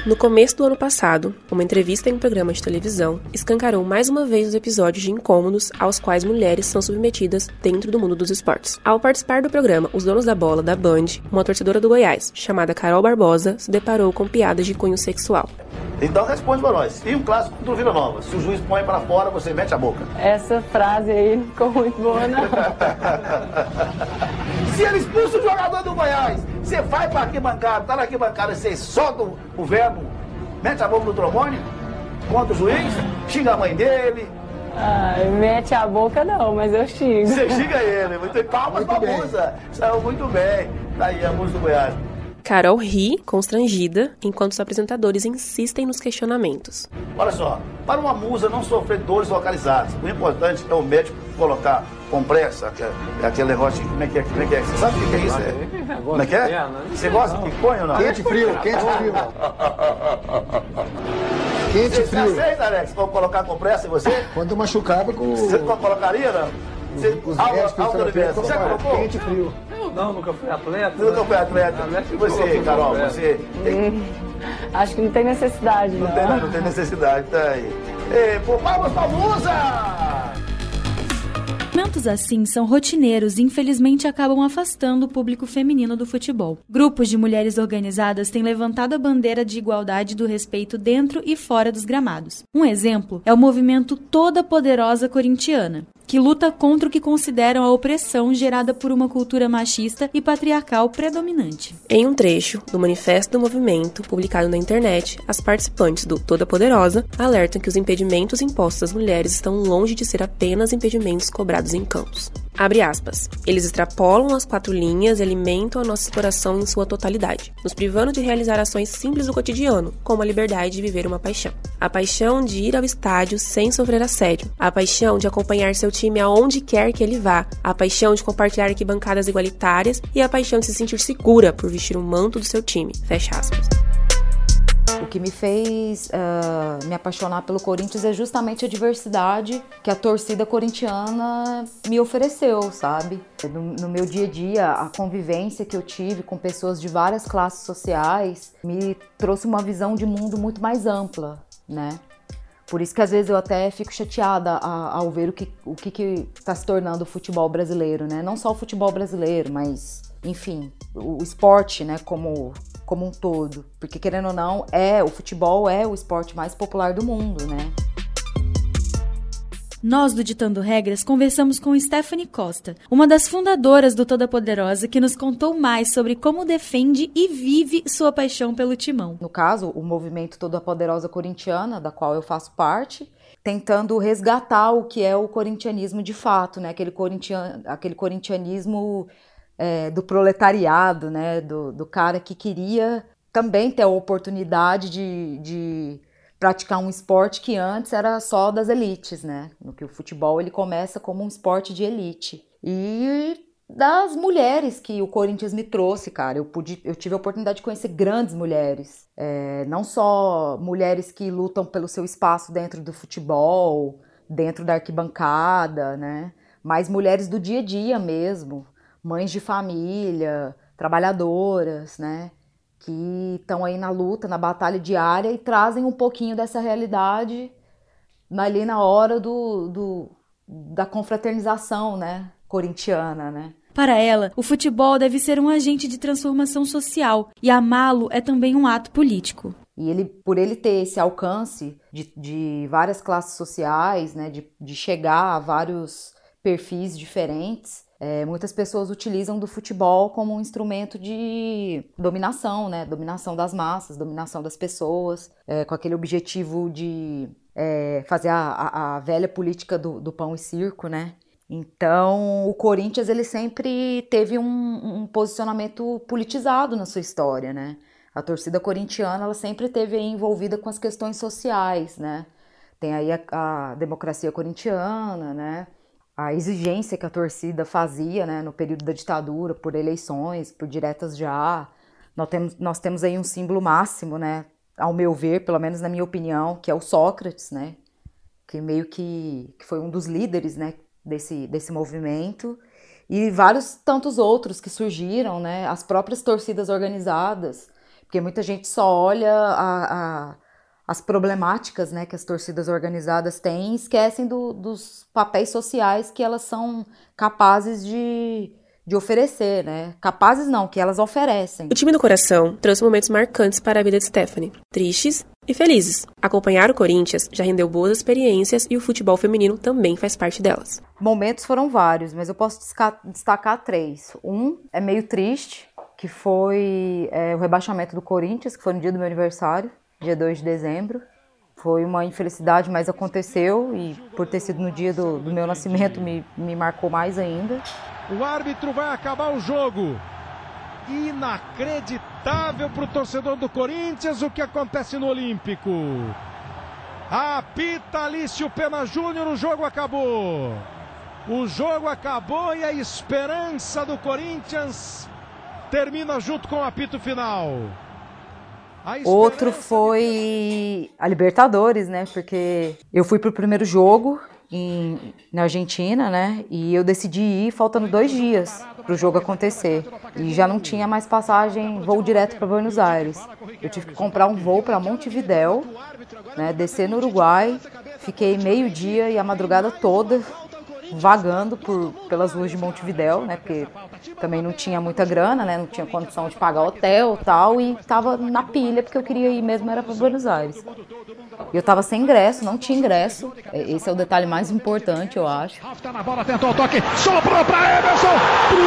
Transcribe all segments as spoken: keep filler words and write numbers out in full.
No começo do ano passado, uma entrevista em um programa de televisão escancarou mais uma vez os episódios de incômodos aos quais mulheres são submetidas dentro do mundo dos esportes. Ao participar do programa Os Donos da Bola, da Band, uma torcedora do Goiás, chamada Carol Barbosa, se deparou com piadas de cunho sexual. Então responde pra nós. E um clássico contra o Vila Nova? Se o juiz põe pra fora, você mete a boca. Essa frase aí ficou muito boa, né? Se ele expulsa o jogador do Goiás, você vai pra arquibancada, tá na arquibancada, você solta o verbo, mete a boca no trombone, contra o juiz, xinga a mãe dele. Ai, mete a boca não, mas eu xingo. Você xinga ele, muito palmas pra musa. Saiu muito bem. Tá aí a musa do Goiás. Carol ri, constrangida, enquanto os apresentadores insistem nos questionamentos. Olha só, para uma musa não sofrer dores localizadas, o importante é o médico colocar compressa, aquele negócio, como é que é? Como é que é? Você sabe o que é isso? É? Como é que é? Você gosta que põe ou não? Quente frio, quente frio. Quente você frio. Você aceita, Alex, vou colocar compressa em você? Quando machucava com... Você colocaria, não? Você, os algo, médicos algo colocam, você colocou? Quente frio. Eu não, nunca fui atleta. Nunca fui atleta. E você, Carol, você... Hum, acho que não tem necessidade, não. Não tem, não tem necessidade, tá aí. Ei, pô, palmas pra musa! Momentos assim são rotineiros e infelizmente acabam afastando o público feminino do futebol. Grupos de mulheres organizadas têm levantado a bandeira de igualdade e do respeito dentro e fora dos gramados. Um exemplo é o movimento Toda Poderosa Corintiana, que luta contra o que consideram a opressão gerada por uma cultura machista e patriarcal predominante. Em um trecho do manifesto do movimento, publicado na internet, as participantes do Toda Poderosa alertam que os impedimentos impostos às mulheres estão longe de ser apenas impedimentos cobrados em campos. Abre aspas. Eles extrapolam as quatro linhas e alimentam a nossa exploração em sua totalidade, nos privando de realizar ações simples do cotidiano, como a liberdade de viver uma paixão. A paixão de ir ao estádio sem sofrer assédio, a paixão de acompanhar seu time aonde quer que ele vá, a paixão de compartilhar arquibancadas igualitárias e a paixão de se sentir segura por vestir o manto do seu time. Fecha aspas. O que me fez uh, me apaixonar pelo Corinthians é justamente a diversidade que a torcida corintiana me ofereceu, sabe? No, no meu dia a dia, a convivência que eu tive com pessoas de várias classes sociais me trouxe uma visão de mundo muito mais ampla, né? Por isso que às vezes eu até fico chateada ao ver o que o que que está se tornando o futebol brasileiro, né? Não só o futebol brasileiro, mas, enfim, o, o esporte, né, como, como um todo. Porque, querendo ou não, é, o futebol é o esporte mais popular do mundo, né? Nós, do Ditando Regras, conversamos com Stephanie Costa, uma das fundadoras do Toda Poderosa, que nos contou mais sobre como defende e vive sua paixão pelo timão. No caso, o movimento Toda Poderosa Corintiana, da qual eu faço parte, tentando resgatar o que é o corintianismo de fato, né? Aquele, corintian... Aquele corintianismo é, do proletariado, né? Do, do cara que queria também ter a oportunidade de... de praticar um esporte que antes era só das elites, né? No que o futebol ele começa como um esporte de elite. E das mulheres que o Corinthians me trouxe, cara. Eu, pude, eu tive a oportunidade de conhecer grandes mulheres. É, não só mulheres que lutam pelo seu espaço dentro do futebol, dentro da arquibancada, né? Mas mulheres do dia a dia mesmo. Mães de família, trabalhadoras, né? Que estão aí na luta, na batalha diária e trazem um pouquinho dessa realidade ali na hora do, do, da confraternização, né, corintiana, né? Para ela, o futebol deve ser um agente de transformação social e amá-lo é também um ato político. E ele, por ele ter esse alcance de, de várias classes sociais, né, de, de chegar a vários perfis diferentes, É, muitas pessoas utilizam do futebol como um instrumento de dominação, né? Dominação das massas, dominação das pessoas, é, com aquele objetivo de é, fazer a, a, a velha política do, do pão e circo, né? Então, o Corinthians ele sempre teve um, um posicionamento politizado na sua história, né? A torcida corintiana ela sempre esteve envolvida com as questões sociais, né? Tem aí a, a democracia corintiana, né? A exigência que a torcida fazia, né, no período da ditadura, por eleições, por diretas já. Nós temos, nós temos aí um símbolo máximo, né, ao meu ver, pelo menos na minha opinião, que é o Sócrates, né, que meio que, que foi um dos líderes, né, desse, desse movimento. E vários tantos outros que surgiram, né, as próprias torcidas organizadas, Porque muita gente só olha a, a, as problemáticas, né, que as torcidas organizadas têm e esquecem do, dos papéis sociais que elas são capazes de, de oferecer, né? Capazes não, que elas oferecem. O time do coração trouxe momentos marcantes para a vida de Stephanie, tristes e felizes. Acompanhar o Corinthians já rendeu boas experiências e o futebol feminino também faz parte delas. Momentos foram vários, mas eu posso destacar três. Um é meio triste, que foi é, o rebaixamento do Corinthians, que foi no dia do meu aniversário, dia dois de dezembro. Foi uma infelicidade, mas aconteceu e por ter sido no dia do, do meu nascimento me, me marcou mais ainda. O árbitro vai acabar o jogo. Inacreditável para o torcedor do Corinthians o que acontece no Olímpico. Apita Alício Pena Júnior, o jogo acabou. O jogo acabou e a esperança do Corinthians termina junto com o apito final. Outro foi a Libertadores, né? Porque eu fui pro primeiro jogo em, na Argentina, né? E eu decidi ir faltando dois dias pro jogo acontecer. E já não tinha mais passagem, voo direto para Buenos Aires. Eu tive que comprar um voo para Montevidéu, né? Descer no Uruguai. Fiquei meio dia e a madrugada toda vagando por, pelas ruas de Montevidéu, né? Porque também não tinha muita grana, né? Não tinha condição de pagar hotel e tal. E tava na pilha, porque eu queria ir mesmo, era para Buenos Aires. E eu tava sem ingresso, não tinha ingresso. Esse é o detalhe mais importante, eu acho. Tá na bola, tentou o toque, sobrou para Emerson, pro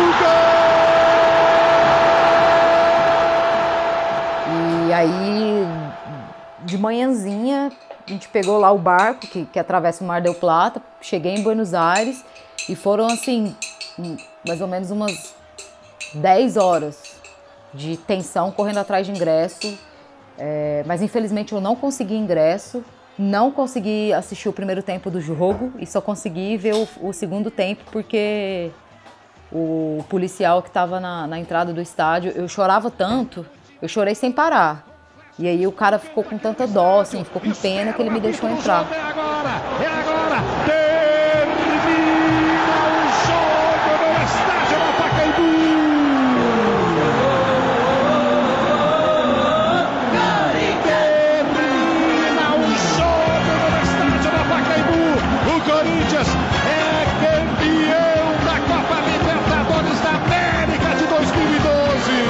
gol! E aí, de manhãzinha, a gente pegou lá o barco que, que atravessa o Mar del Plata, cheguei em Buenos Aires e foram assim, mais ou menos umas dez horas de tensão correndo atrás de ingresso, é, mas infelizmente eu não consegui ingresso, não consegui assistir o primeiro tempo do jogo e só consegui ver o, o segundo tempo porque o policial que estava na, na entrada do estádio, eu chorava tanto, eu chorei sem parar. E aí o cara ficou com tanta dó, assim, ficou com pena que ele me deixou entrar. É agora, é agora, termina o jogo no estádio do Pacaembu. Termina o jogo no estádio do Pacaembu. O Corinthians é campeão da Copa Libertadores da América de dois mil e doze.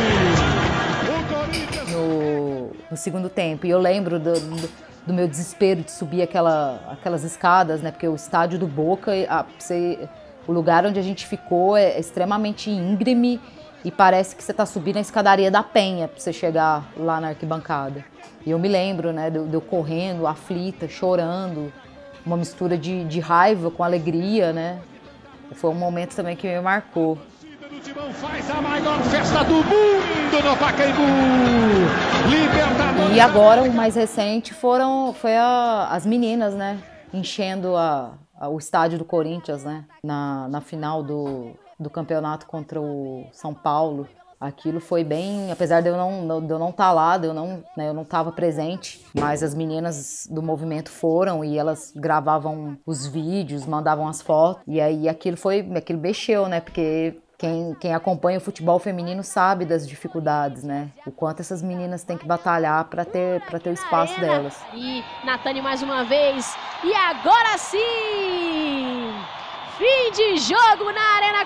No segundo tempo, e eu lembro do, do, do meu desespero de subir aquela, aquelas escadas, né? Porque o estádio do Boca, a, você, o lugar onde a gente ficou é extremamente íngreme e parece que você está subindo a escadaria da Penha para você chegar lá na arquibancada. E eu me lembro, né? De, de eu correndo, aflita, chorando, uma mistura de, de raiva com alegria, né? Foi um momento também que me marcou. Faz a maior festa do mundo no Pacaembu. Libertadores. E agora o mais recente foram foi a, as meninas, né, enchendo a, a, o estádio do Corinthians, né, na, na final do, do campeonato contra o São Paulo. Aquilo foi bem, apesar de eu não de eu não estar lá, de eu não né, eu não estava presente, mas as meninas do movimento foram e elas gravavam os vídeos, mandavam as fotos e aí aquilo foi aquilo mexeu, né, porque Quem, quem acompanha o futebol feminino sabe das dificuldades, né? O quanto essas meninas têm que batalhar para ter, para ter o espaço Arena. delas. E Nathani mais uma vez. E agora sim! Fim de jogo na Arena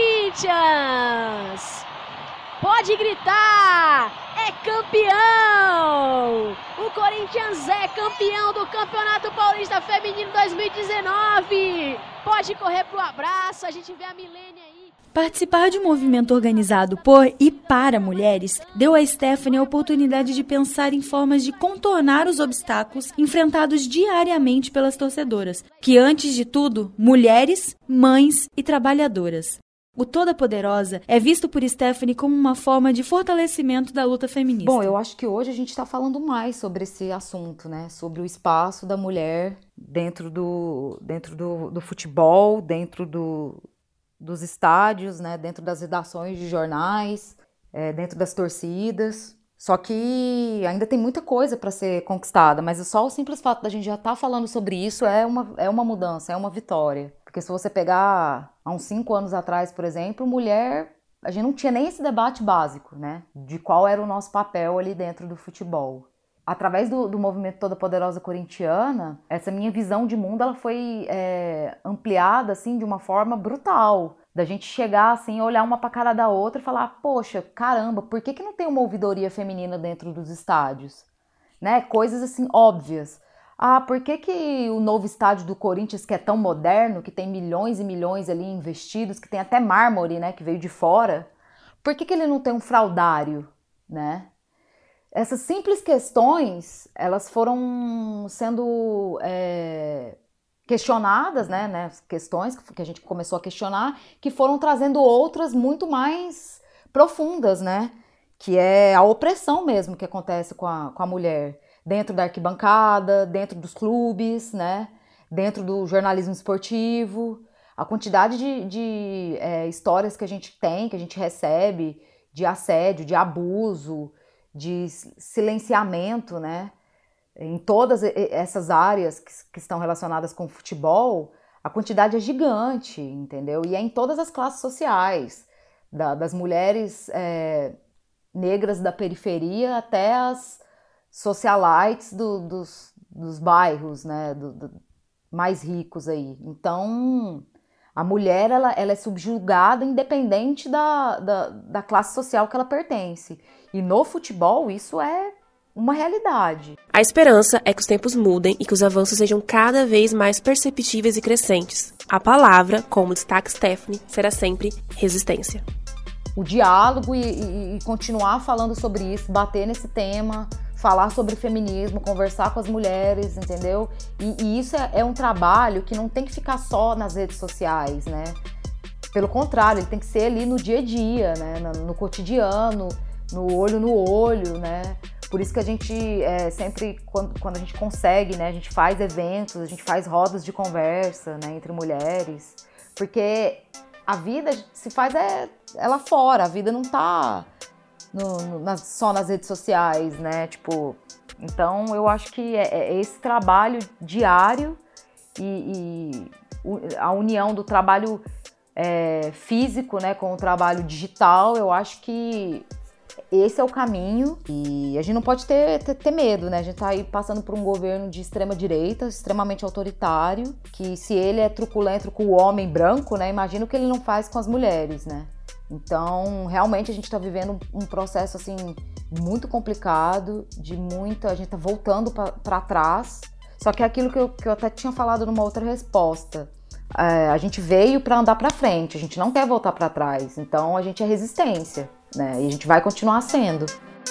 Corinthians! Pode gritar! É campeão! O Corinthians é campeão do Campeonato Paulista Feminino dois mil e dezenove! Pode correr pro abraço, a gente vê a Milênia aí. Participar de um movimento organizado por e para mulheres deu a Stephanie a oportunidade de pensar em formas de contornar os obstáculos enfrentados diariamente pelas torcedoras, que, antes de tudo, mulheres, mães e trabalhadoras. O Toda Poderosa é visto por Stephanie como uma forma de fortalecimento da luta feminista. Bom, eu acho que hoje a gente está falando mais sobre esse assunto, né? Sobre o espaço da mulher dentro do, dentro do, do futebol, dentro do... dos estádios, né, dentro das redações de jornais, é, dentro das torcidas. Só que ainda tem muita coisa para ser conquistada, mas só o simples fato da gente já estar tá falando sobre isso é uma, é uma mudança, é uma vitória. Porque se você pegar há uns cinco anos atrás, por exemplo, mulher a gente não tinha nem esse debate básico, né? De qual era o nosso papel ali dentro do futebol. Através do, do movimento Toda Poderosa Corintiana, essa minha visão de mundo ela foi é, ampliada assim, de uma forma brutal. Da gente chegar assim, olhar uma pra cara da outra e falar, poxa, caramba, por que, que não tem uma ouvidoria feminina dentro dos estádios? Né? Coisas assim óbvias. Ah, por que, que o novo estádio do Corinthians, que é tão moderno, que tem milhões e milhões ali investidos, que tem até mármore, né, que veio de fora, por que, que ele não tem um fraudário, né? Essas simples questões, elas foram sendo é, questionadas, né, né, questões que a gente começou a questionar, que foram trazendo outras muito mais profundas, né, que é a opressão mesmo que acontece com a, com a mulher, dentro da arquibancada, dentro dos clubes, né, dentro do jornalismo esportivo, a quantidade de, de é, histórias que a gente tem, que a gente recebe, de assédio, de abuso, de silenciamento, né? Em todas essas áreas que, que estão relacionadas com o futebol, a quantidade é gigante, entendeu? E é em todas as classes sociais, da, das mulheres é, negras da periferia até as socialites do, dos, dos bairros, né? Do, do, mais ricos aí. Então, a mulher ela, ela é subjugada independente da, da, da classe social que ela pertence. E no futebol isso é uma realidade. A esperança é que os tempos mudem e que os avanços sejam cada vez mais perceptíveis e crescentes. A palavra, como destaca Stephanie, será sempre resistência. O diálogo e, e, e continuar falando sobre isso, bater nesse tema, falar sobre feminismo, conversar com as mulheres, entendeu? E, e isso é, é um trabalho que não tem que ficar só nas redes sociais, né? Pelo contrário, ele tem que ser ali no dia a dia, né? No, no cotidiano, no olho no olho, né? Por isso que a gente é, sempre, quando, quando a gente consegue, né? A gente faz eventos, a gente faz rodas de conversa, né? Entre mulheres, porque a vida se faz é, é lá fora, a vida não tá no, no, na, só nas redes sociais, né? Tipo, então eu acho que é, é esse trabalho diário e, e a união do trabalho é, físico, né? Com o trabalho digital, eu acho que esse é o caminho e a gente não pode ter, ter, ter medo, né? A gente tá aí passando por um governo de extrema direita, extremamente autoritário, que se ele é truculento com o homem branco, né? Imagina o que ele não faz com as mulheres, né? Então, realmente a gente tá vivendo um processo, assim, muito complicado, de muita... A gente tá voltando para trás, só que é aquilo que eu, que eu até tinha falado numa outra resposta. É, a gente veio para andar para frente, a gente não quer voltar para trás, então a gente é resistência, né? E a gente vai continuar sendo.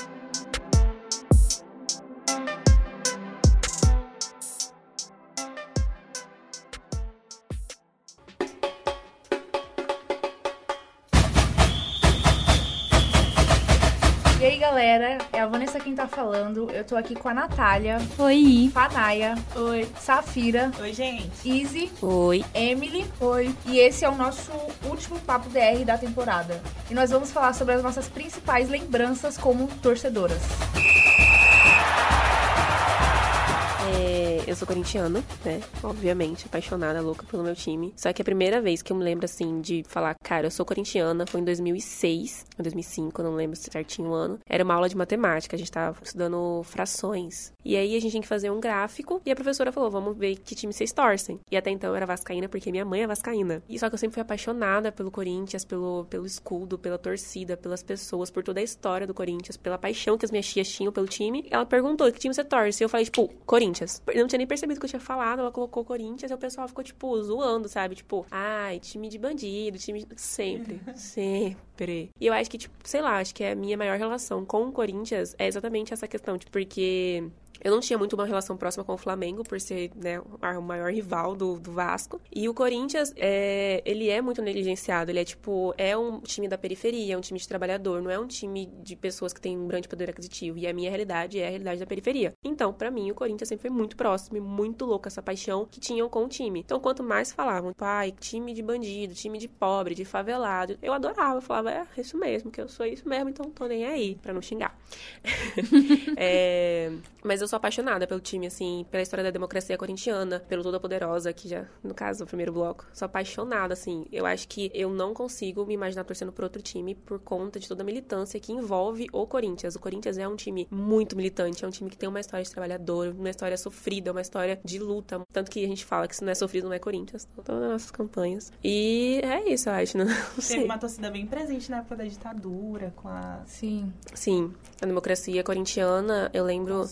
E aí, galera, é a Vanessa quem tá falando. Eu tô aqui com a Natália. Oi. Fanaia. Oi. Safira. Oi, gente. Izzy. Oi. Emily. Oi. E esse é o nosso último Papo D R da temporada. E nós vamos falar sobre as nossas principais lembranças como torcedoras. É, eu sou corintiana, né? Obviamente, apaixonada, louca pelo meu time. Só que a primeira vez que eu me lembro, assim, de falar, cara, eu sou corintiana, foi em dois mil e seis, ou dois mil e cinco, eu não lembro certinho o ano. Era uma aula de matemática, a gente tava estudando frações. E aí a gente tinha que fazer um gráfico, e a professora falou, vamos ver que time vocês torcem. E até então eu era vascaína, porque minha mãe é vascaína. E só que eu sempre fui apaixonada pelo Corinthians, pelo, pelo escudo, pela torcida, pelas pessoas, por toda a história do Corinthians, pela paixão que as minhas tias tinham pelo time. Ela perguntou, que time você torce? E eu falei, tipo, Corinthians. Eu não tinha nem percebido o que eu tinha falado, ela colocou Corinthians e o pessoal ficou, tipo, zoando, sabe? Tipo, ai, time de bandido, time... De... Sempre, sempre. E eu acho que, tipo, sei lá, acho que a minha maior relação com o Corinthians é exatamente essa questão, tipo, porque... Eu não tinha muito uma relação próxima com o Flamengo, por ser, né, o maior rival do, do Vasco. E o Corinthians, é, ele é muito negligenciado. Ele é, tipo, é um time da periferia, é um time de trabalhador, não é um time de pessoas que têm um grande poder aquisitivo. E a minha realidade é a realidade da periferia. Então, pra mim, o Corinthians sempre foi muito próximo e muito louco essa paixão que tinham com o time. Então, quanto mais falavam, pai, time de bandido, time de pobre, de favelado, eu adorava. Eu falava, é isso mesmo, que eu sou isso mesmo, então tô nem aí, pra não xingar. é... Mas eu sou apaixonada pelo time, assim, pela história da democracia corintiana, pelo Toda Poderosa, que já, no caso, o primeiro bloco. Sou apaixonada, assim. Eu acho que eu não consigo me imaginar torcendo por outro time por conta de toda a militância que envolve o Corinthians. O Corinthians é um time muito militante, é um time que tem uma história de trabalhador, uma história sofrida, uma história de luta. Tanto que a gente fala que se não é sofrido, não é Corinthians. Todas as nossas campanhas. E é isso, eu acho, né? Não sei. Teve uma torcida bem presente na época da ditadura, com a... Sim. Sim. A democracia corintiana, eu lembro...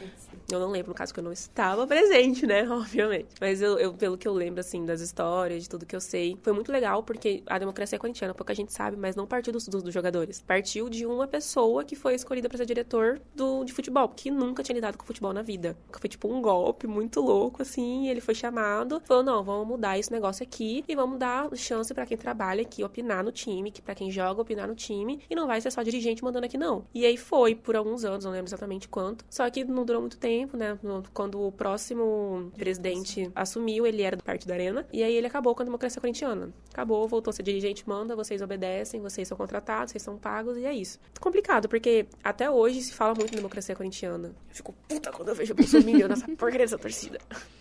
Eu não lembro, no caso, que eu não estava presente, né? Obviamente. Mas eu, eu, pelo que eu lembro, assim, das histórias, de tudo que eu sei, foi muito legal, porque a democracia corintiana, pouca gente sabe, mas não partiu dos, dos, dos jogadores. Partiu de uma pessoa que foi escolhida pra ser diretor do, de futebol, que nunca tinha lidado com futebol na vida. Foi, tipo, um golpe muito louco, assim, e ele foi chamado, falou, não, vamos mudar esse negócio aqui e vamos dar chance pra quem trabalha aqui opinar no time, que pra quem joga, opinar no time, e não vai ser só dirigente mandando aqui, não. E aí foi por alguns anos, não lembro exatamente quanto, só que não durou muito tempo, né? Quando o próximo presidente assumiu, ele era do Partido da Arena, e aí ele acabou com a democracia corintiana. Acabou, voltou a ser dirigente, manda, vocês obedecem, vocês são contratados, vocês são pagos, e é isso. Complicado, porque até hoje se fala muito em democracia corintiana. Eu fico puta quando eu vejo o Bolsonaro nessa porcaria dessa torcida.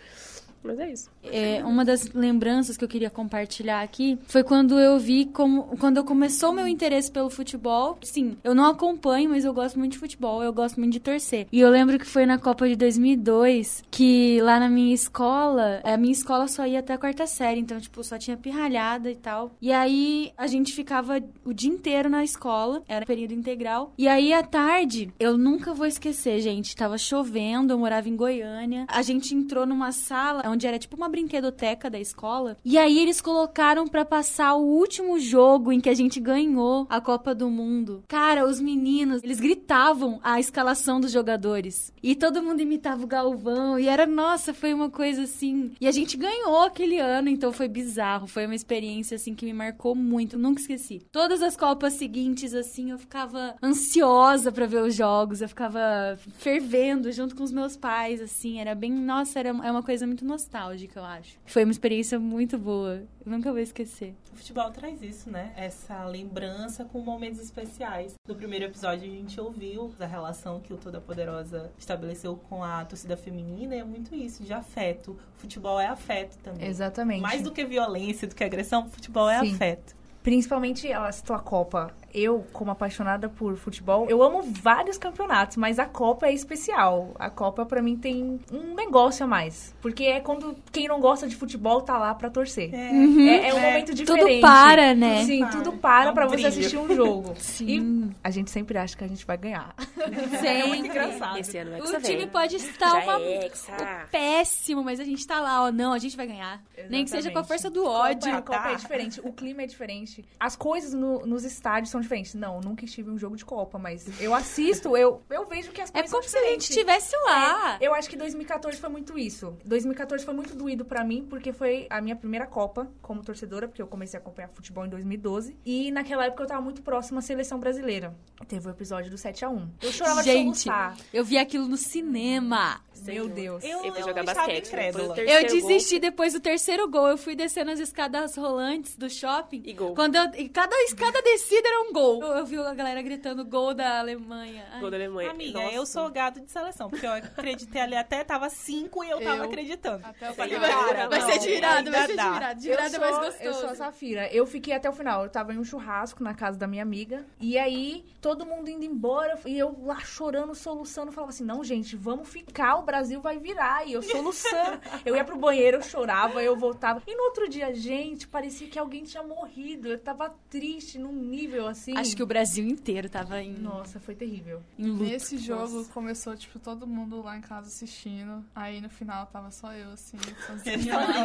Mas é isso. É, uma das lembranças que eu queria compartilhar aqui foi quando eu vi como... Quando começou o meu interesse pelo futebol. Sim, eu não acompanho, mas eu gosto muito de futebol. Eu gosto muito de torcer. E eu lembro que foi na Copa de dois mil e dois que lá na minha escola... A minha escola só ia até a quarta série. Então, tipo, só tinha pirralhada e tal. E aí, a gente ficava o dia inteiro na escola. Era período integral. E aí, à tarde, eu nunca vou esquecer, gente. Tava chovendo, eu morava em Goiânia. A gente entrou numa sala onde era tipo uma brinquedoteca da escola. E aí eles colocaram pra passar o último jogo em que a gente ganhou a Copa do Mundo. Cara, os meninos, eles gritavam a escalação dos jogadores. E todo mundo imitava o Galvão. E era, nossa, foi uma coisa assim... E a gente ganhou aquele ano, então foi bizarro. Foi uma experiência, assim, que me marcou muito. Eu nunca esqueci. Todas as Copas seguintes, assim, eu ficava ansiosa pra ver os jogos. Eu ficava fervendo junto com os meus pais, assim. Era bem... Nossa, era, é uma coisa muito nostálgica. nostálgica, eu acho. Foi uma experiência muito boa. Eu nunca vou esquecer. O futebol traz isso, né? Essa lembrança com momentos especiais. No primeiro episódio, a gente ouviu a relação que o Toda Poderosa estabeleceu com a torcida feminina. E é muito isso, de afeto. O futebol é afeto também. Exatamente. Mais do que violência, do que agressão, o futebol é Sim. afeto. Principalmente, ela citou a Copa. Eu, como apaixonada por futebol, eu amo vários campeonatos, mas a Copa é especial. A Copa, pra mim, tem um negócio a mais. Porque é quando quem não gosta de futebol tá lá pra torcer. É, Uhum. é, é um É. momento diferente. Tudo para, né? Sim, Tudo tudo para. para Dá um pra você brilho. assistir um jogo. Sim. E a gente sempre acha que a gente vai ganhar. Sempre. É muito engraçado. Esse ano é que O você time vem. pode estar Já uma... é, Hexa. péssimo, mas a gente tá lá, ó. Não, a gente vai ganhar. Nem que seja com a Exatamente. força do Copa, ódio. a Copa é diferente, o clima é diferente. As coisas no- nos estádios são diferentes. Não, nunca estive em um jogo de Copa, mas eu assisto, eu, eu vejo que as É coisas como são se a gente diferentes. estivesse lá. É, eu acho que dois mil e catorze foi muito isso. dois mil e catorze foi muito doído pra mim, porque foi a minha primeira Copa como torcedora, porque eu comecei a acompanhar futebol em dois mil e doze. E naquela época eu tava muito próxima à seleção brasileira. Teve o episódio do sete a um. Eu chorava de Gente, soluçar. eu vi aquilo no cinema. Meu Deus. Eu, Eu fui eu jogar estava basquete. incrédula. Foi o Eu terceiro gol. desisti depois do terceiro gol. Eu fui descendo as escadas rolantes do shopping. E gol. Quando eu, e cada escada descida era um gol. Eu, eu vi a galera gritando gol da Alemanha. Ai. Gol da Alemanha. Amiga, Nossa. eu sou gado de seleção, porque eu acreditei ali até tava cinco e eu tava Eu- acreditando. Até o Falei, final. cara, Vai não, ser de virada, vai ainda ser de dá. virada. De Eu virada é mais sou, gostoso. eu sou a Safira. Eu fiquei até o final. Eu tava em um churrasco na casa da minha amiga. E aí, todo mundo indo embora. E eu lá chorando, soluçando. Falava assim, não, gente, vamos ficar. O Brasil vai virar. E eu soluçando. Eu ia pro banheiro, eu chorava, eu voltava. E no outro dia, gente, parecia que alguém tinha morrido. Eu tava triste num nível assim. Acho que o Brasil inteiro tava em, Nossa, foi terrível. em luto. Nesse jogo começou, tipo, todo mundo lá em casa assistindo. Aí no final tava só eu, assim, sozinha lá.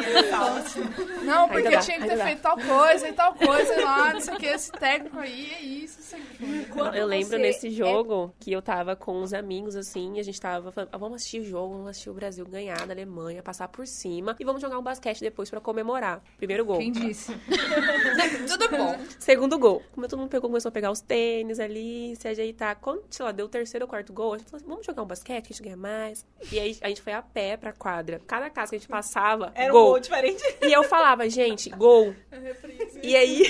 Não, porque Ainda dá, tinha que ainda ter dá. feito tal coisa e tal coisa e lá, não sei o que, esse técnico aí, é isso, isso aqui. Quando Eu lembro você nesse é- jogo que eu tava com uns amigos, assim, e a gente tava falando, ah, vamos assistir o jogo, vamos assistir o Brasil ganhar da Alemanha, passar por cima, e vamos jogar um basquete depois pra comemorar. Primeiro gol. Quem disse? Tudo bom. Segundo gol. Como todo mundo pegou, começou a pegar os tênis ali, se ajeitar. Quando, sei lá, deu o terceiro ou quarto gol, a gente falou assim, vamos jogar um basquete, que a gente ganha mais. E aí a gente foi a pé pra quadra. Cada casa que a gente passava, Era um gol. gol diferente. E eu falava, gente, gol. E aí,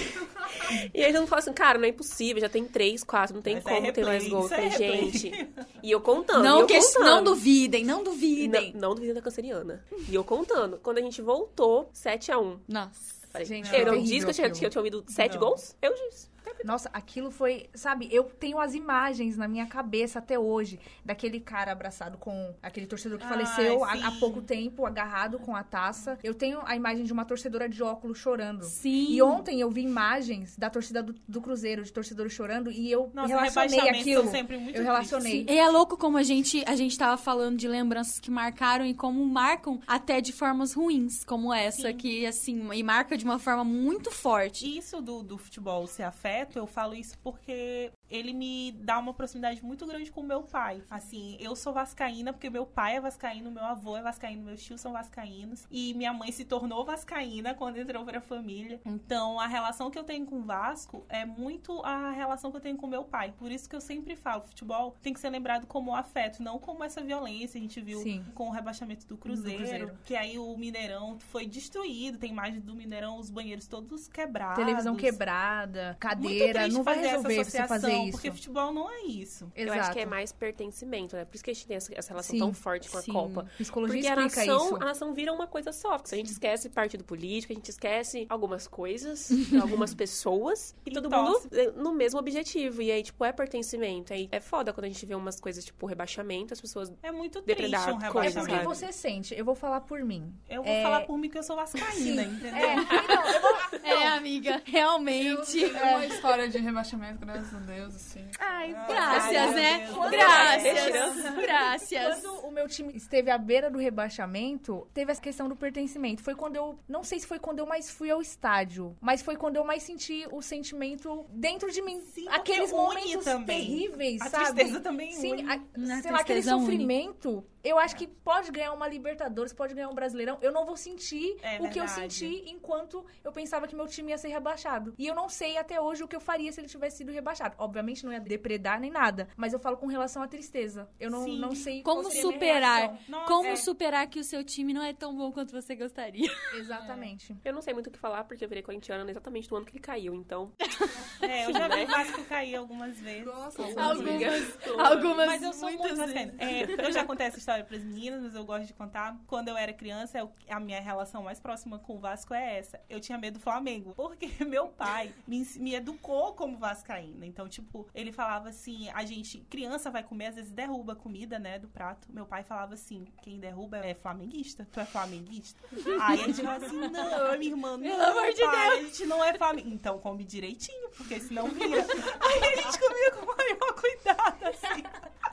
E aí todo mundo fala assim, cara, não é impossível, já tem três, quatro, não tem Mas como é ter mais replay, gol. Eu isso é falei, replay. gente. E eu contando, Não, e eu que, contando. não duvidem, não duvidem. Não, não duvidem da canceriana. E eu contando. Quando a gente voltou, sete a um. Nossa. Falei, Gente, eu não terrível disse que eu tinha, aquilo. que eu tinha ouvido sete Não. gols? Eu disse. Nossa, aquilo foi... Sabe, eu tenho as imagens na minha cabeça até hoje daquele cara abraçado com aquele torcedor que Ai, faleceu há, sim. há pouco tempo, agarrado com a taça. Eu tenho a imagem de uma torcedora de óculos chorando. Sim. E ontem eu vi imagens da torcida do, do Cruzeiro, de torcedores chorando, e eu Nossa, relacionei rebaixamentos aquilo. são sempre muito Eu relacionei. E é louco como a gente, a gente tava falando de lembranças que marcaram e como marcam até de formas ruins, como essa, Sim. que, assim, e marca de uma forma muito forte. Isso do, do futebol ser afeto, eu falo isso porque ele me dá uma proximidade muito grande com o meu pai. Assim, eu sou vascaína porque meu pai é vascaíno, meu avô é vascaíno, meus tios são vascaínos. E minha mãe se tornou vascaína quando entrou pra família. Então, a relação que eu tenho com o Vasco é muito a relação que eu tenho com meu pai. Por isso que eu sempre falo, futebol tem que ser lembrado como afeto, não como essa violência. A gente viu Sim. com o rebaixamento do Cruzeiro, Do Cruzeiro. que aí o Mineirão foi destruído. Tem imagem do Mineirão, os banheiros todos quebrados. Televisão quebrada, Muito cadeira, triste não vai fazer essa resolver você associação, fazer isso. porque futebol não é isso. Eu Exato. acho que é mais pertencimento, né? Por isso que a gente tem essa, essa relação Sim, tão forte com sim. a Copa. Psicologia Porque a explica nação, isso. a nação vira uma coisa só. Porque a gente esquece partido político, a gente esquece algumas coisas, algumas pessoas, e, E todo torce. mundo no mesmo objetivo. E aí, tipo, é pertencimento. Aí é foda quando a gente vê umas coisas, tipo, rebaixamento, as pessoas... É muito Depredar triste um coisa, É porque rebaixamento. sabe? você sente. Eu vou falar por mim. Eu vou É- falar por mim que eu sou vascaína, entendeu? É, então, eu vou... É, amiga, realmente. É uma história de rebaixamento, graças a Deus, assim. Ai, Ai, graças, meu né? Deus. Graças. Graças. Quando o meu time esteve à beira do rebaixamento, teve essa questão do pertencimento. Foi quando eu... Não sei se foi quando eu mais fui ao estádio, mas foi quando eu mais senti o sentimento dentro de mim. Sim, Aqueles porque une momentos também. terríveis, A sabe? tristeza também Sim, une. a- Na sei lá, aquele tristeza une. sofrimento... Eu acho que pode ganhar uma Libertadores, pode ganhar um Brasileirão. Eu não vou sentir É o que eu verdade. senti enquanto eu pensava que meu time ia ser rebaixado. E eu não sei até hoje o que eu faria se ele tivesse sido rebaixado. Obviamente não ia depredar nem nada, mas eu falo com relação à tristeza. Eu não, Sim. não sei Como qual seria a minha superar? reação. Nossa, Como é. superar que o seu time não é tão bom quanto você gostaria? Exatamente. Eu não sei muito o que falar, porque eu virei corintiana exatamente no ano que ele caiu, então... É, eu já vi o Vasco cair algumas vezes. Nossa, Algumas, algumas Mas eu sou muito muitas vascaína. É, eu já contei essa história pras meninas, mas eu gosto de contar. Quando eu era criança, eu- a minha relação mais próxima com o Vasco é essa. Eu tinha medo do Flamengo, porque meu pai me, ens- me educou como vascaína. Então, tipo, ele falava assim, a gente, criança vai comer, às vezes derruba a comida, né, do prato. Meu pai falava assim, quem derruba é flamenguista? Tu é flamenguista? Aí a gente falava assim, não, minha irmã, não, Pelo amor de pai, a gente não é flamenguista. Então, come direitinho, porque senão vira. Aí a gente comia com o maior cuidado, assim.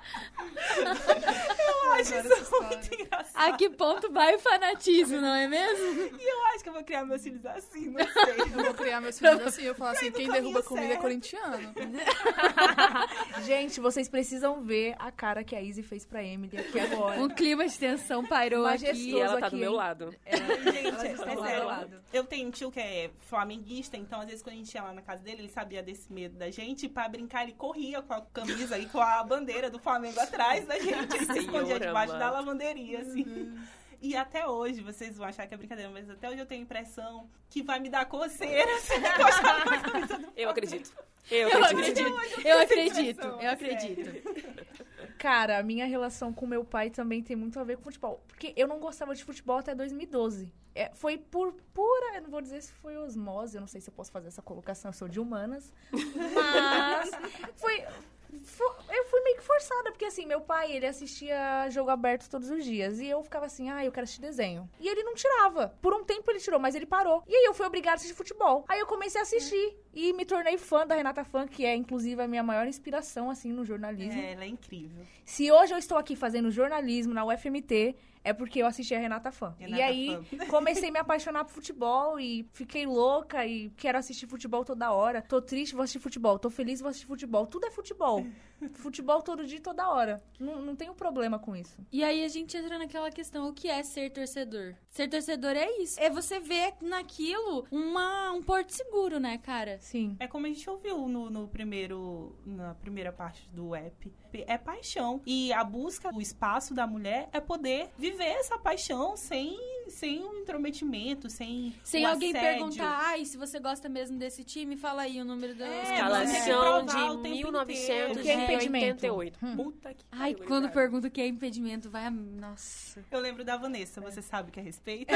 Eu acho isso muito engraçado. A que ponto vai o fanatismo, não é mesmo? E eu acho que eu vou criar meus filhos assim, não sei. Eu vou criar meus filhos assim, eu falo assim, Vai no quem caminho derruba comida é certo. corintiano. Gente, vocês precisam ver a cara que a Izzy fez pra Emily aqui agora. Um clima de tensão pairou Majestoso. aqui. E ela tá aqui, do meu hein? lado. Gente, Ela é está sério. do meu lado. Eu tenho um tio que é flamenguista, então às vezes quando a gente ia lá na casa dele, ele sabia desse medo da gente, e pra brincar ele corria com a camisa e com a bandeira do Flamengo atrás da gente. Ele se Senhor escondia debaixo amado. da lavanderia, assim. E até hoje, vocês vão achar que é brincadeira, mas até hoje eu tenho a impressão que vai me dar coceira se eu encostar na camisa do Eu acredito. Eu Eu acredito. acredito, eu acredito, eu acredito. Cara, a minha relação com meu pai também tem muito a ver com futebol. Porque eu não gostava de futebol até dois mil e doze. É, foi por pura... Eu não vou dizer se foi osmose, eu não sei se eu posso fazer essa colocação, eu sou de humanas. Mas foi... Fo- Eu fui meio que forçada, porque assim, meu pai, ele assistia jogo aberto todos os dias. E eu ficava assim, ah, eu quero assistir desenho. E ele não tirava. Por um tempo ele tirou, mas ele parou. E aí eu fui obrigada a assistir futebol. Aí eu comecei a assistir. E me tornei fã da Renata Fã, que é, inclusive, a minha maior inspiração, assim, no jornalismo. É, ela é incrível. Se hoje eu estou aqui fazendo jornalismo na U F M T, é porque eu assisti a Renata Fã. Renata e aí, Fã. comecei a me apaixonar por futebol e fiquei louca e quero assistir futebol toda hora. Tô triste, vou assistir futebol. Tô feliz, vou assistir futebol. Tudo é futebol. Futebol todo dia e toda hora. Não, não tenho problema com isso. E aí a gente entra naquela questão, o que é ser torcedor? Ser torcedor é isso. É você ver naquilo uma, um porto seguro, né, cara? Sim. É como a gente ouviu no, no primeiro, na primeira parte do app. É paixão. E a busca do espaço da mulher é poder viver essa paixão sem sem um intrometimento, sem Sem um alguém assédio. perguntar, ai, se você gosta mesmo desse time, fala aí o número da É, Escalação você tem que provar o de tempo mil novecentos O que é e impedimento? oitenta e oito. Puta que Ai, pariu, quando cara. pergunto o que é impedimento, vai a... Nossa. Eu lembro da Vanessa, você sabe que é respeito?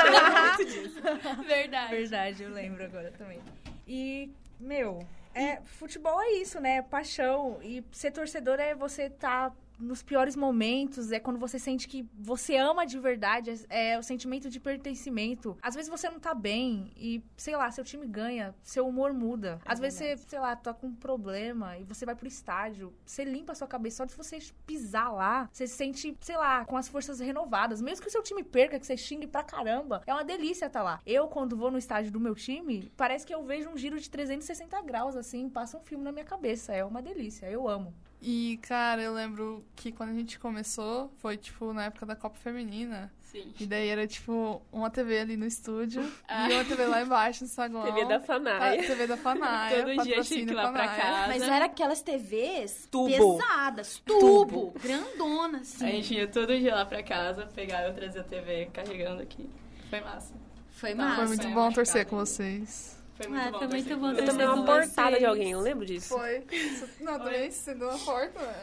Verdade. Verdade, eu lembro agora também. E, meu, é, futebol é isso, né? Paixão. E ser torcedor é você tá nos piores momentos, é quando você sente que você ama de verdade, é, é o sentimento de pertencimento. Às vezes você não tá bem e, sei lá, seu time ganha, seu humor muda. Às É vezes você, sei lá, tá com um problema e você vai pro estádio, você limpa a sua cabeça, só de você pisar lá, você se sente, sei lá, com as forças renovadas. Mesmo que o seu time perca, que você xingue pra caramba, é uma delícia estar lá. Eu, quando vou no estádio do meu time, parece que eu vejo um giro de trezentos e sessenta graus, assim, passa um filme na minha cabeça. É uma delícia, eu amo. E, cara, eu lembro que quando a gente começou, foi, tipo, na época da Copa Feminina. Sim. E daí era, tipo, uma T V ali no estúdio e uma T V lá embaixo no saguão. T V da Fanaia. A T V da Fanaia. Todo dia tinha que ir lá pra casa. Mas era aquelas T Vs Tubo. pesadas, tubo, grandona, assim. A gente ia todo dia lá pra casa, pegar eu trazia a T V carregando aqui. Foi massa. Foi Foi massa. muito Foi bom machucado torcer com ainda. vocês. Foi muito Ah, bom. foi muito torcer bom com Eu torcer vocês. tomei uma com portada vocês. de alguém, eu lembro disso. Foi. Não, também sendo uma porta, né?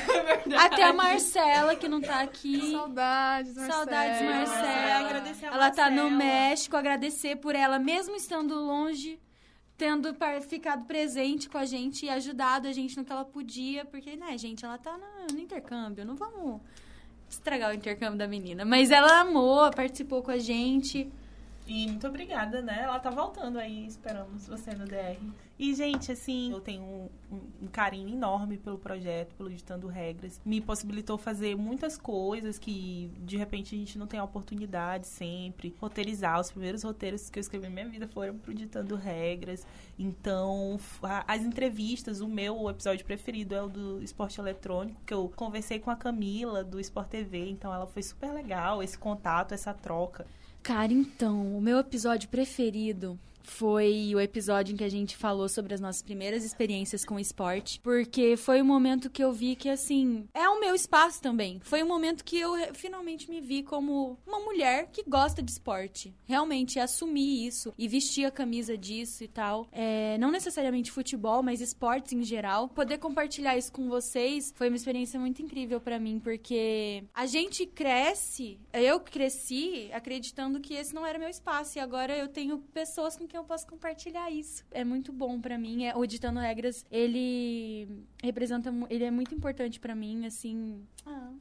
Até a Marcela, que não tá aqui. Saudades, Marcela. Saudades, Marcela. Agradecer a Ela tá no Marcela. México, agradecer por ela, mesmo estando longe, tendo par- ficado presente com a gente e ajudado a gente no que ela podia, porque, né, gente, ela tá no, no intercâmbio, não vamos estragar o intercâmbio da menina. Mas ela amou, participou com a gente. E muito obrigada, né? Ela tá voltando aí, esperamos você no D R. E, gente, assim, eu tenho um, um- um carinho enorme pelo projeto, pelo Ditando Regras. Me possibilitou fazer muitas coisas que, de repente, a gente não tem a oportunidade sempre. Roteirizar. Os primeiros roteiros que eu escrevi na minha vida foram pro Ditando Regras. Então, a- as entrevistas, o meu episódio preferido é o do Esporte Eletrônico, que eu conversei com a Camila, do Sport T V. Então, ela foi super legal, esse contato, essa troca. Cara, então, o meu episódio preferido foi o episódio em que a gente falou sobre as nossas primeiras experiências com o esporte, porque foi o momento que eu vi que, assim, é o meu espaço também. Foi o momento que eu re- finalmente me vi como uma mulher que gosta de esporte. Realmente, assumi isso e vestir a camisa disso e tal. É, não necessariamente futebol, mas esportes em geral. Poder compartilhar isso com vocês foi uma experiência muito incrível pra mim, porque a gente cresce, eu cresci acreditando que esse não era meu espaço, e agora eu tenho pessoas com quem eu posso compartilhar isso. É muito bom pra mim. É, o Ditando Regras, ele representa, mu- ele é muito importante pra mim, assim... Ah,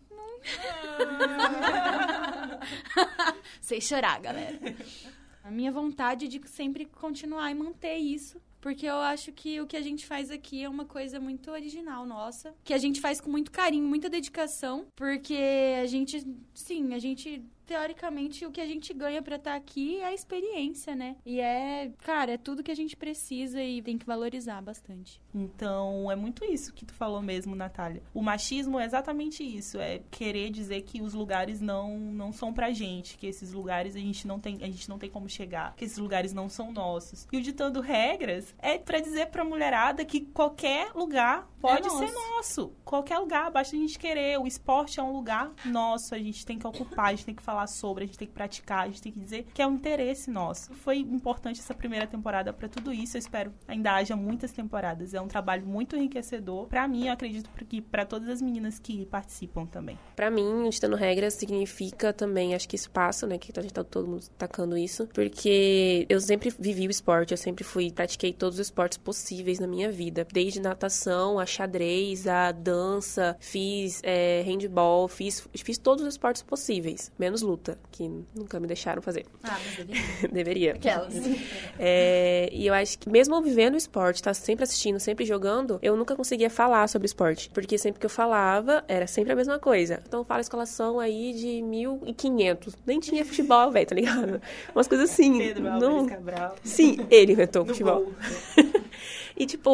não... Sem chorar, galera. A minha vontade de sempre continuar e manter isso, porque eu acho que o que a gente faz aqui é uma coisa muito original nossa, que a gente faz com muito carinho, muita dedicação, porque a gente, sim, a gente... Teoricamente, o que a gente ganha pra estar aqui é a experiência, né? E é, cara, é tudo que a gente precisa e tem que valorizar bastante. Então, é muito isso que tu falou mesmo, Natália. O machismo é exatamente isso, é querer dizer que os lugares não, não são pra gente, que esses lugares a gente, não tem, a gente não tem como chegar, que esses lugares não são nossos. E o Ditando Regras é pra dizer pra mulherada que qualquer lugar pode É ser nosso. Qualquer lugar, basta a gente querer. O esporte é um lugar nosso, a gente tem que ocupar, a gente tem que falar sobre, a gente tem que praticar, a gente tem que dizer que é um interesse nosso. Foi importante essa primeira temporada pra tudo isso, eu espero ainda haja muitas temporadas. É um trabalho muito enriquecedor. Pra mim, eu acredito que pra todas as meninas que participam também. Pra mim, o Ditando Regras significa também, acho que espaço, né? Que a gente tá todo mundo tacando isso. Porque eu sempre vivi o esporte, eu sempre fui, pratiquei todos os esportes possíveis na minha vida. Desde natação, a xadrez, a dança, fiz é, handball, fiz, fiz todos os esportes possíveis. Menos luta, que nunca me deixaram fazer. Ah, mas deveria. Deveria. Aquelas. É, e eu acho que mesmo vivendo o esporte, tá sempre assistindo, sempre jogando, eu nunca conseguia falar sobre esporte. Porque sempre que eu falava, era sempre a mesma coisa. Então fala escalação aí de mil e quinhentos. Nem tinha futebol, velho, tá ligado? Umas coisas assim. Pedro não... Álvares Cabral. Sim, ele inventou o No futebol. gol. E, tipo,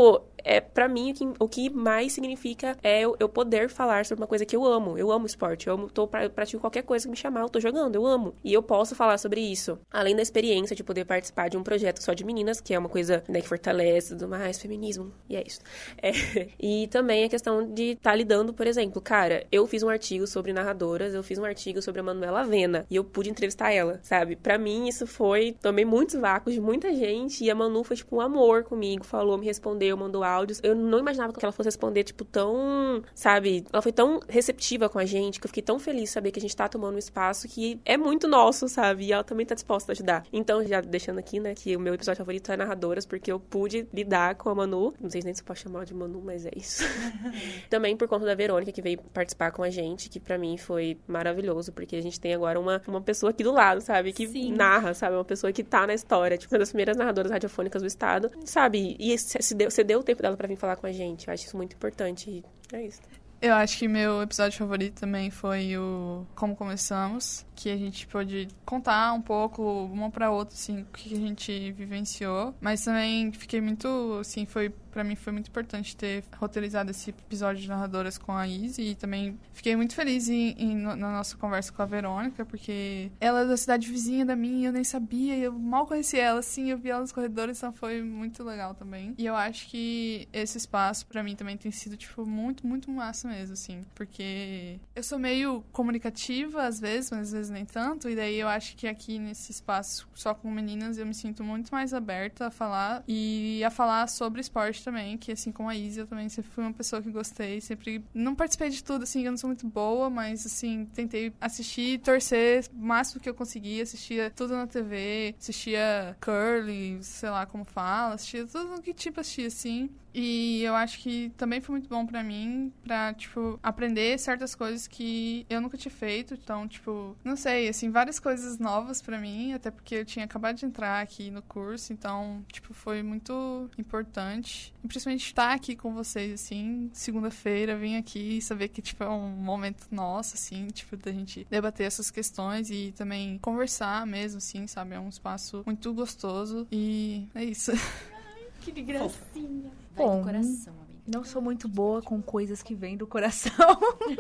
é pra mim, o que, o que mais significa é eu, eu poder falar sobre uma coisa que eu amo. Eu amo esporte, eu, amo, tô, eu pratico qualquer coisa que me chamar, eu tô jogando, eu amo. E eu posso falar sobre isso. Além da experiência de poder participar de um projeto só de meninas, que é uma coisa, né, que fortalece tudo mais, feminismo, e é isso. É, e também a questão de estar tá lidando, por exemplo, cara, eu fiz um artigo sobre narradoras, eu fiz um artigo sobre a Manuela Avena, e eu pude entrevistar ela, sabe? Pra mim, isso foi, tomei muitos vácuos de muita gente, e a Manu foi, tipo, um amor comigo, falou, me respondeu, mandou áudios. Eu não imaginava que ela fosse responder, tipo, tão, sabe? Ela foi tão receptiva com a gente, que eu fiquei tão feliz de saber que a gente tá tomando um espaço que é muito nosso, sabe? E ela também tá disposta a ajudar. Então, já deixando aqui, né, que o meu episódio favorito é narradoras, porque eu pude lidar com a Manu. Não sei nem se eu posso chamar de Manu, mas é isso. Também por conta da Verônica, que veio participar com a gente, que pra mim foi maravilhoso, porque a gente tem agora uma, uma pessoa aqui do lado, sabe? Que Sim. narra, sabe? Uma pessoa que tá na história, tipo, uma das primeiras narradoras radiofônicas do estado, sabe? E se deu, se deu o tempo dela pra vir falar com a gente. Eu acho isso muito importante e é isso. Eu acho que meu episódio favorito também foi o Como Começamos, que a gente pôde contar um pouco, uma pra outra, assim, o que a gente vivenciou. Mas também fiquei muito, assim, foi, pra mim foi muito importante ter roteirizado esse episódio de narradoras com a Izzy. E também fiquei muito feliz em, em, na nossa conversa com a Verônica, porque ela é da cidade vizinha da minha e eu nem sabia, e eu mal conhecia ela, assim, eu vi ela nos corredores, então foi muito legal também. E eu acho que esse espaço, pra mim, também tem sido, tipo, muito, muito massa mesmo, assim, porque eu sou meio comunicativa às vezes, mas às vezes nem tanto, e daí eu acho que aqui nesse espaço só com meninas eu me sinto muito mais aberta a falar e a falar sobre esporte também, que assim como a Izzy, eu também sempre fui uma pessoa que gostei, sempre não participei de tudo, assim, eu não sou muito boa, mas assim, tentei assistir, torcer o máximo que eu conseguia, assistia tudo na T V, assistia curling, sei lá como fala, assistia tudo que tipo assistia, assim. E eu acho que também foi muito bom pra mim, pra, tipo, aprender certas coisas que eu nunca tinha feito. Então, tipo, não sei, assim, várias coisas novas pra mim, até porque eu tinha acabado de entrar aqui no curso. Então, tipo, foi muito importante. E principalmente estar aqui com vocês, assim, segunda-feira, vim aqui e saber que, tipo, é um momento nosso, assim, tipo, da gente debater essas questões e também conversar mesmo, assim, sabe? É um espaço muito gostoso e é isso. Que gracinha. Vai Bom, do coração, amiga. Não sou muito boa com coisas que vêm do coração.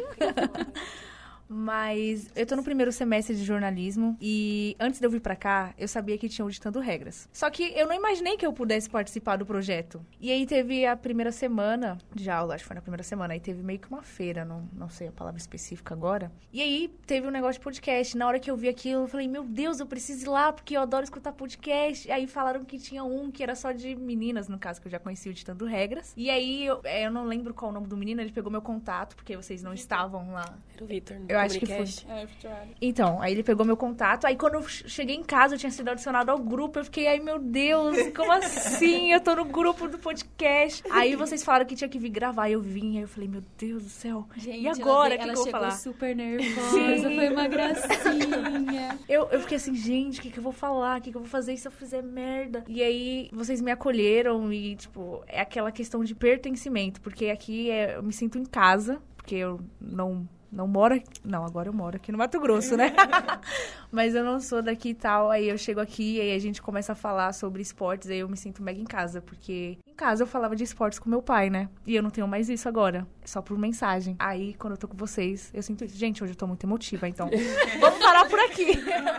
Mas eu tô no primeiro semestre de jornalismo e antes de eu vir pra cá, eu sabia que tinha o Ditando Regras. Só que eu não imaginei que eu pudesse participar do projeto. E aí teve a primeira semana de aula, acho que foi na primeira semana, aí teve meio que uma feira, não, não sei a palavra específica agora. E aí teve um negócio de podcast. Na hora que eu vi aquilo, eu falei, meu Deus, eu preciso ir lá porque eu adoro escutar podcast. E aí falaram que tinha um que era só de meninas, no caso, que eu já conhecia o Ditando Regras. E aí eu, eu não lembro qual o nome do menino, ele pegou meu contato, porque vocês não estavam lá. Era o Vitor, né? Eu acho que foi. É, então, aí ele pegou meu contato. Aí quando eu cheguei em casa, eu tinha sido adicionado ao grupo. Eu fiquei, ai meu Deus, como assim? Eu tô no grupo do podcast. Aí vocês falaram que tinha que vir gravar. Eu vim, aí eu falei, meu Deus do céu. Gente, e agora? O que, ela que eu vou falar? Super nervosa, foi uma gracinha. eu, eu fiquei assim, gente, o que, que eu vou falar? O que, que eu vou fazer se eu fizer merda? E aí vocês me acolheram e, tipo, é aquela questão de pertencimento. Porque aqui é, eu me sinto em casa, porque eu não... Não moro... Não, agora eu moro aqui no Mato Grosso, né? Mas eu não sou daqui e tal. Aí eu chego aqui, aí a gente começa a falar sobre esportes, aí eu me sinto mega em casa. Porque em casa eu falava de esportes com meu pai, né? E eu não tenho mais isso agora. É só por mensagem. Aí, quando eu tô com vocês, eu sinto isso. Gente, hoje eu tô muito emotiva, então... Vamos parar por aqui.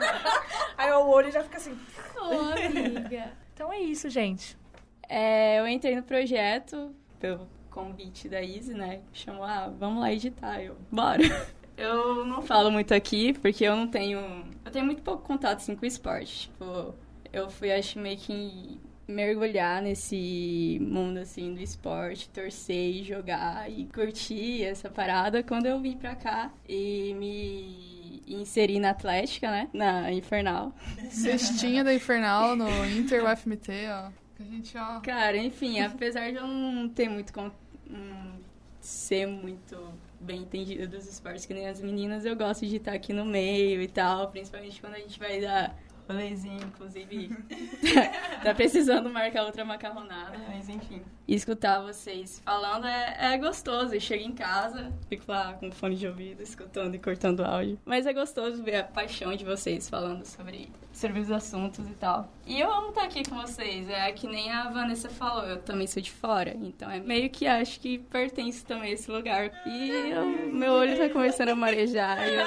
Aí o olho já fica assim... Ô, oh, amiga. Então é isso, gente. É, eu entrei no projeto... Pelo... convite da Izzy, né? Chamou, ah, vamos lá editar. Eu, bora. Eu não falo muito aqui, porque eu não tenho... Eu tenho muito pouco contato, assim, com o esporte. Tipo, eu fui, acho, meio que mergulhar nesse mundo, assim, do esporte, torcer e jogar e curtir essa parada quando eu vim pra cá e me inserir na Atlética, né? Na Infernal. Cestinha da Infernal no Inter U F M T, ó. Que a gente, ó... Cara, enfim, apesar de eu não ter muito... Hum, ser muito bem entendida dos esportes que nem as meninas, eu gosto de estar aqui no meio e tal, principalmente quando a gente vai dar rolezinho, inclusive. Tá precisando marcar outra macarronada, mas enfim. E escutar vocês falando é, é gostoso. Eu chego em casa, fico lá com fone de ouvido, escutando e cortando áudio. Mas é gostoso ver a paixão de vocês falando sobre, sobre os assuntos e tal. E eu amo estar aqui com vocês. É que nem a Vanessa falou, eu também sou de fora. Então é meio que acho que pertence também a esse lugar. E eu, meu olho tá começando a marejar. E eu...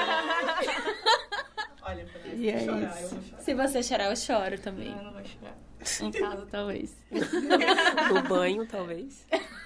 Olha, e é chorar, isso. eu vou chorar. Se você chorar, eu choro também. Não, eu não vou chorar. Em casa, talvez. No banho, talvez.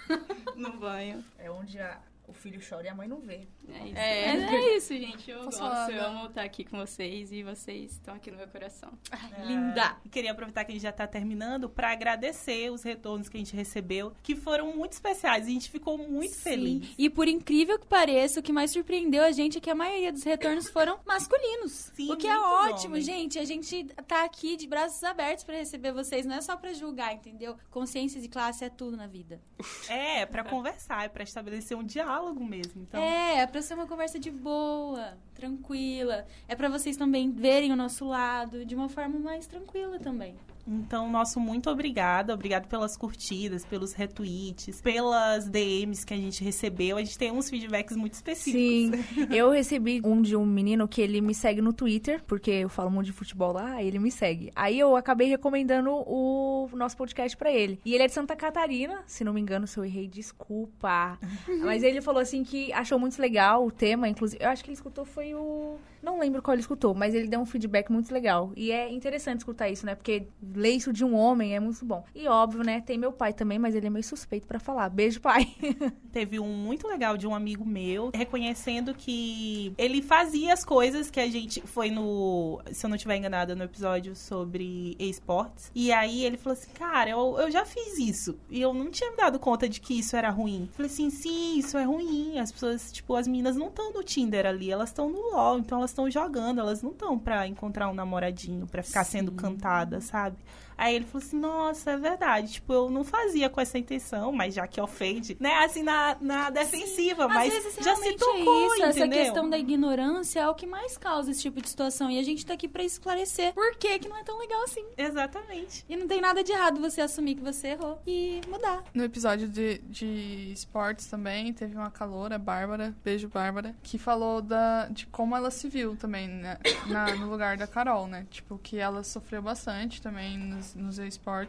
No banho. É onde a, o filho chora e a mãe não vê. É isso, É. é, é isso gente. Eu Posso gosto, falar, eu né? amo estar aqui com vocês e vocês estão aqui no meu coração. É. Linda! E queria aproveitar que a gente já está terminando para agradecer os retornos que a gente recebeu, que foram muito especiais. A gente ficou muito Sim. feliz. E por incrível que pareça, o que mais surpreendeu a gente é que a maioria dos retornos foram masculinos. Sim, o que é muitos ótimo, homens. gente. A gente tá aqui de braços abertos pra receber vocês. Não é só pra julgar, entendeu? Consciência de classe é tudo na vida. É, para conversar, é para estabelecer um diálogo mesmo. Então, É, é pra ser uma conversa de boa, tranquila. É pra vocês também verem o nosso lado de uma forma mais tranquila também. Então, nosso muito obrigado. Obrigado pelas curtidas, pelos retweets, pelas D Ms que a gente recebeu. A gente tem uns feedbacks muito específicos. Sim, eu recebi um de um menino que ele me segue no Twitter, porque eu falo muito de futebol lá, e ele me segue. Aí eu acabei recomendando o nosso podcast pra ele. E ele é de Santa Catarina, se não me engano, se eu errei, desculpa. Mas ele falou assim que achou muito legal o tema, inclusive, eu acho que ele escutou foi o... Não lembro qual ele escutou, mas ele deu um feedback muito legal. E é interessante escutar isso, né? Porque ler isso de um homem é muito bom. E óbvio, né? Tem meu pai também, mas ele é meio suspeito pra falar. Beijo, pai. Teve um muito legal de um amigo meu, reconhecendo que ele fazia as coisas que a gente... Foi no... Se eu não estiver enganada, no episódio sobre esportes. E aí ele falou assim, cara, eu, eu já fiz isso. E eu não tinha me dado conta de que isso era ruim. Eu falei assim, sim, isso é ruim. As pessoas, tipo, as meninas não estão no Tinder ali. Elas estão no LOL. Então elas estão jogando. Elas não estão pra encontrar um namoradinho, pra ficar Sim. sendo cantada, sabe? Aí ele falou assim, nossa, é verdade. Tipo, eu não fazia com essa intenção, mas já que ofende, né? Assim, na, na defensiva, Sim. mas Às vezes, já se realmente tocou, é isso. entendeu? Essa questão da ignorância é o que mais causa esse tipo de situação. E a gente tá aqui pra esclarecer por que que não é tão legal assim. Exatamente. E não tem nada de errado você assumir que você errou e mudar. No episódio de, de esportes também, teve uma caloura, Bárbara, beijo Bárbara, que falou da, de como ela se viu também, né, na, no lugar da Carol, né? Tipo, que ela sofreu bastante também nos, nos esportes.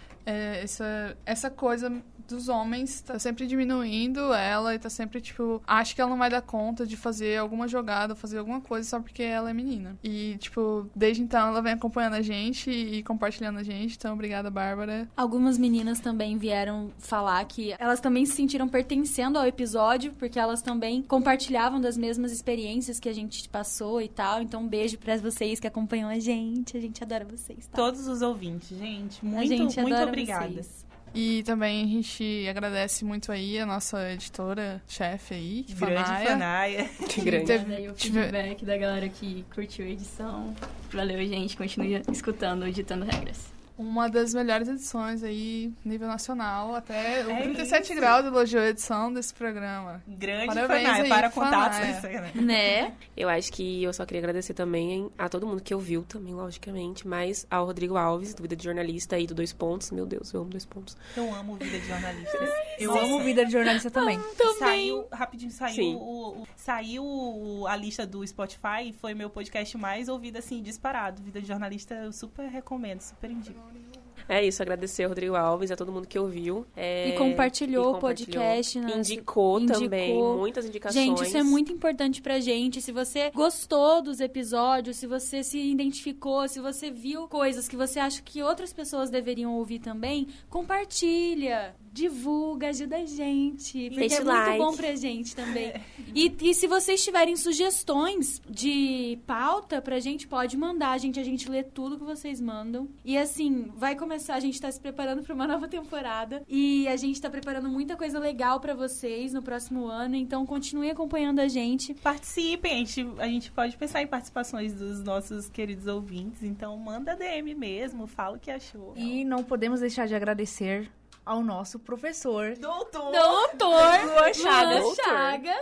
É, essa, essa coisa dos homens tá sempre diminuindo ela e tá sempre, tipo, acha que ela não vai dar conta de fazer alguma jogada, fazer alguma coisa só porque ela é menina. E, tipo, desde então ela vem acompanhando a gente e compartilhando a gente. Então, obrigada, Bárbara. Algumas meninas também vieram falar que elas também se sentiram pertencendo ao episódio, porque elas também compartilhavam das mesmas experiências que a gente passou e tal. Então, um beijo pra vocês que acompanham a gente. A gente adora vocês, tá? Todos os ouvintes, gente. Muito, a gente muito adora obrigada. vocês. E também a gente agradece muito aí a nossa editora-chefe aí, Grande Fanaia. Fanaia. Que grande. Teve- Aí o tive- feedback da galera que curtiu a edição. Valeu, gente. Continue escutando, editando regras. Uma das melhores edições aí, nível nacional. Até o É trinta e sete isso. graus elogiou a edição desse programa. Grande Parabéns Fanaia. aí, Para contatos. Fanaia. Né? Eu acho que eu só queria agradecer também a todo mundo que ouviu também, logicamente, mas ao Rodrigo Alves, do Vida de Jornalista aí do Dois Pontos. Meu Deus, eu amo Dois Pontos. Eu amo Vida de Jornalista. Eu amo vida de jornalista também. Saiu, rapidinho, saiu, Sim. o, o- saiu a lista do Spotify e foi meu podcast mais ouvido, assim, disparado. Vida de Jornalista eu super recomendo, super indico. É isso, agradecer ao Rodrigo Alves, a todo mundo que ouviu. é, E compartilhou e o podcast. nas- Indicou, indicou. também, muitas indicações. Gente, isso é muito importante pra gente. Se você gostou dos episódios, se você se identificou, se você viu coisas que você acha que outras pessoas deveriam ouvir também, compartilha, divulga, ajuda a gente. Porque Deixa é o muito like. bom pra gente também. E, e se vocês tiverem sugestões de pauta pra gente, pode mandar. A gente, a gente lê tudo que vocês mandam. E assim, vai começar, a gente tá se preparando pra uma nova temporada. E a gente tá preparando muita coisa legal pra vocês no próximo ano. Então continue acompanhando a gente. Participem, a gente, a gente pode pensar em participações dos nossos queridos ouvintes, então manda D M mesmo, fala o que achou. E não podemos deixar de agradecer ao nosso professor, Doutor! Doutor Luan Chagas. Luan Chagas.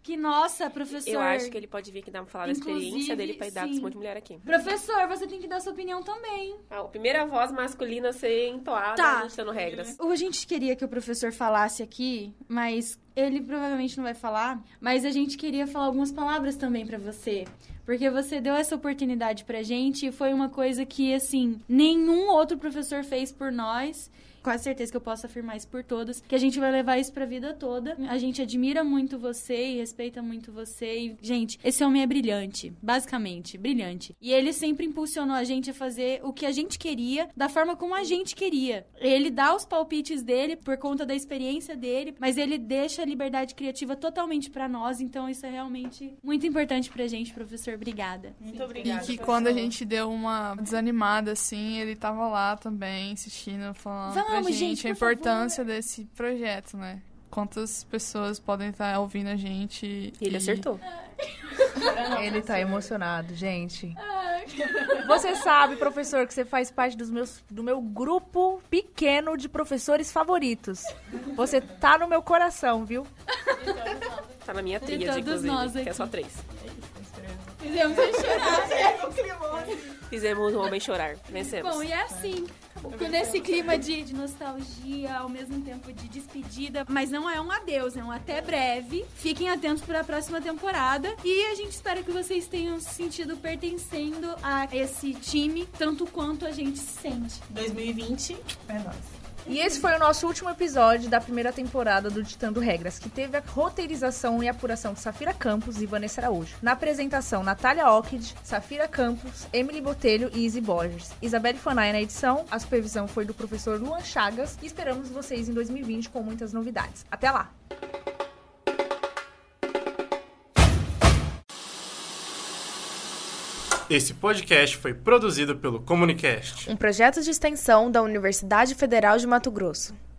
Que, nossa, professor... Eu acho que ele pode vir aqui dar uma falar da Inclusive, experiência dele pra dar sim. desse monte de mulher aqui. Professor, você tem que dar sua opinião também. Ah, a primeira voz masculina a ser entoada, Tá. a gente dando regras. A gente queria que o professor falasse aqui, mas ele provavelmente não vai falar. Mas a gente queria falar algumas palavras também pra você. Porque você deu essa oportunidade pra gente e foi uma coisa que, assim, nenhum outro professor fez por nós. Quase certeza que eu posso afirmar isso por todas, que a gente vai levar isso pra vida toda. A gente admira muito você e respeita muito você. E, gente, esse homem é brilhante, basicamente, brilhante. E ele sempre impulsionou a gente a fazer o que a gente queria, da forma como a gente queria. Ele dá os palpites dele por conta da experiência dele, mas ele deixa a liberdade criativa totalmente pra nós, então isso é realmente muito importante pra gente, professor. Obrigada. Muito obrigada. E que professor. quando a gente deu uma desanimada, assim, ele tava lá também, assistindo, falando Vamos, pra gente, gente, a por importância desse projeto, né? Quantas pessoas podem estar ouvindo a gente. E ele e... acertou. Ele tá emocionado, gente. Você sabe, professor, que você faz parte dos meus, do meu grupo pequeno de professores favoritos. Você tá no meu coração, viu? Tá na minha tríade, todos inclusive, nós que é aqui. só três. Fizemos ele chorar. Fizemos o homem chorar. Vencemos. Bom, e é assim, nesse clima de, de nostalgia, ao mesmo tempo de despedida, mas não é um adeus, é um até breve. Fiquem atentos para a próxima temporada e a gente espera que vocês tenham se sentido pertencendo a esse time, tanto quanto a gente se sente. dois mil e vinte é nóis. E esse foi o nosso último episódio da primeira temporada do Ditando Regras, que teve a roteirização e apuração de Safira Campos e Vanessa Araújo. Na apresentação, Natália Ockid, Safira Campos, Emily Botelho e Izzy Borges. Isabelle Fanai na edição, a supervisão foi do professor Luan Chagas e esperamos vocês em dois mil e vinte com muitas novidades. Até lá! Esse podcast foi produzido pelo Comunicast, um projeto de extensão da Universidade Federal de Mato Grosso.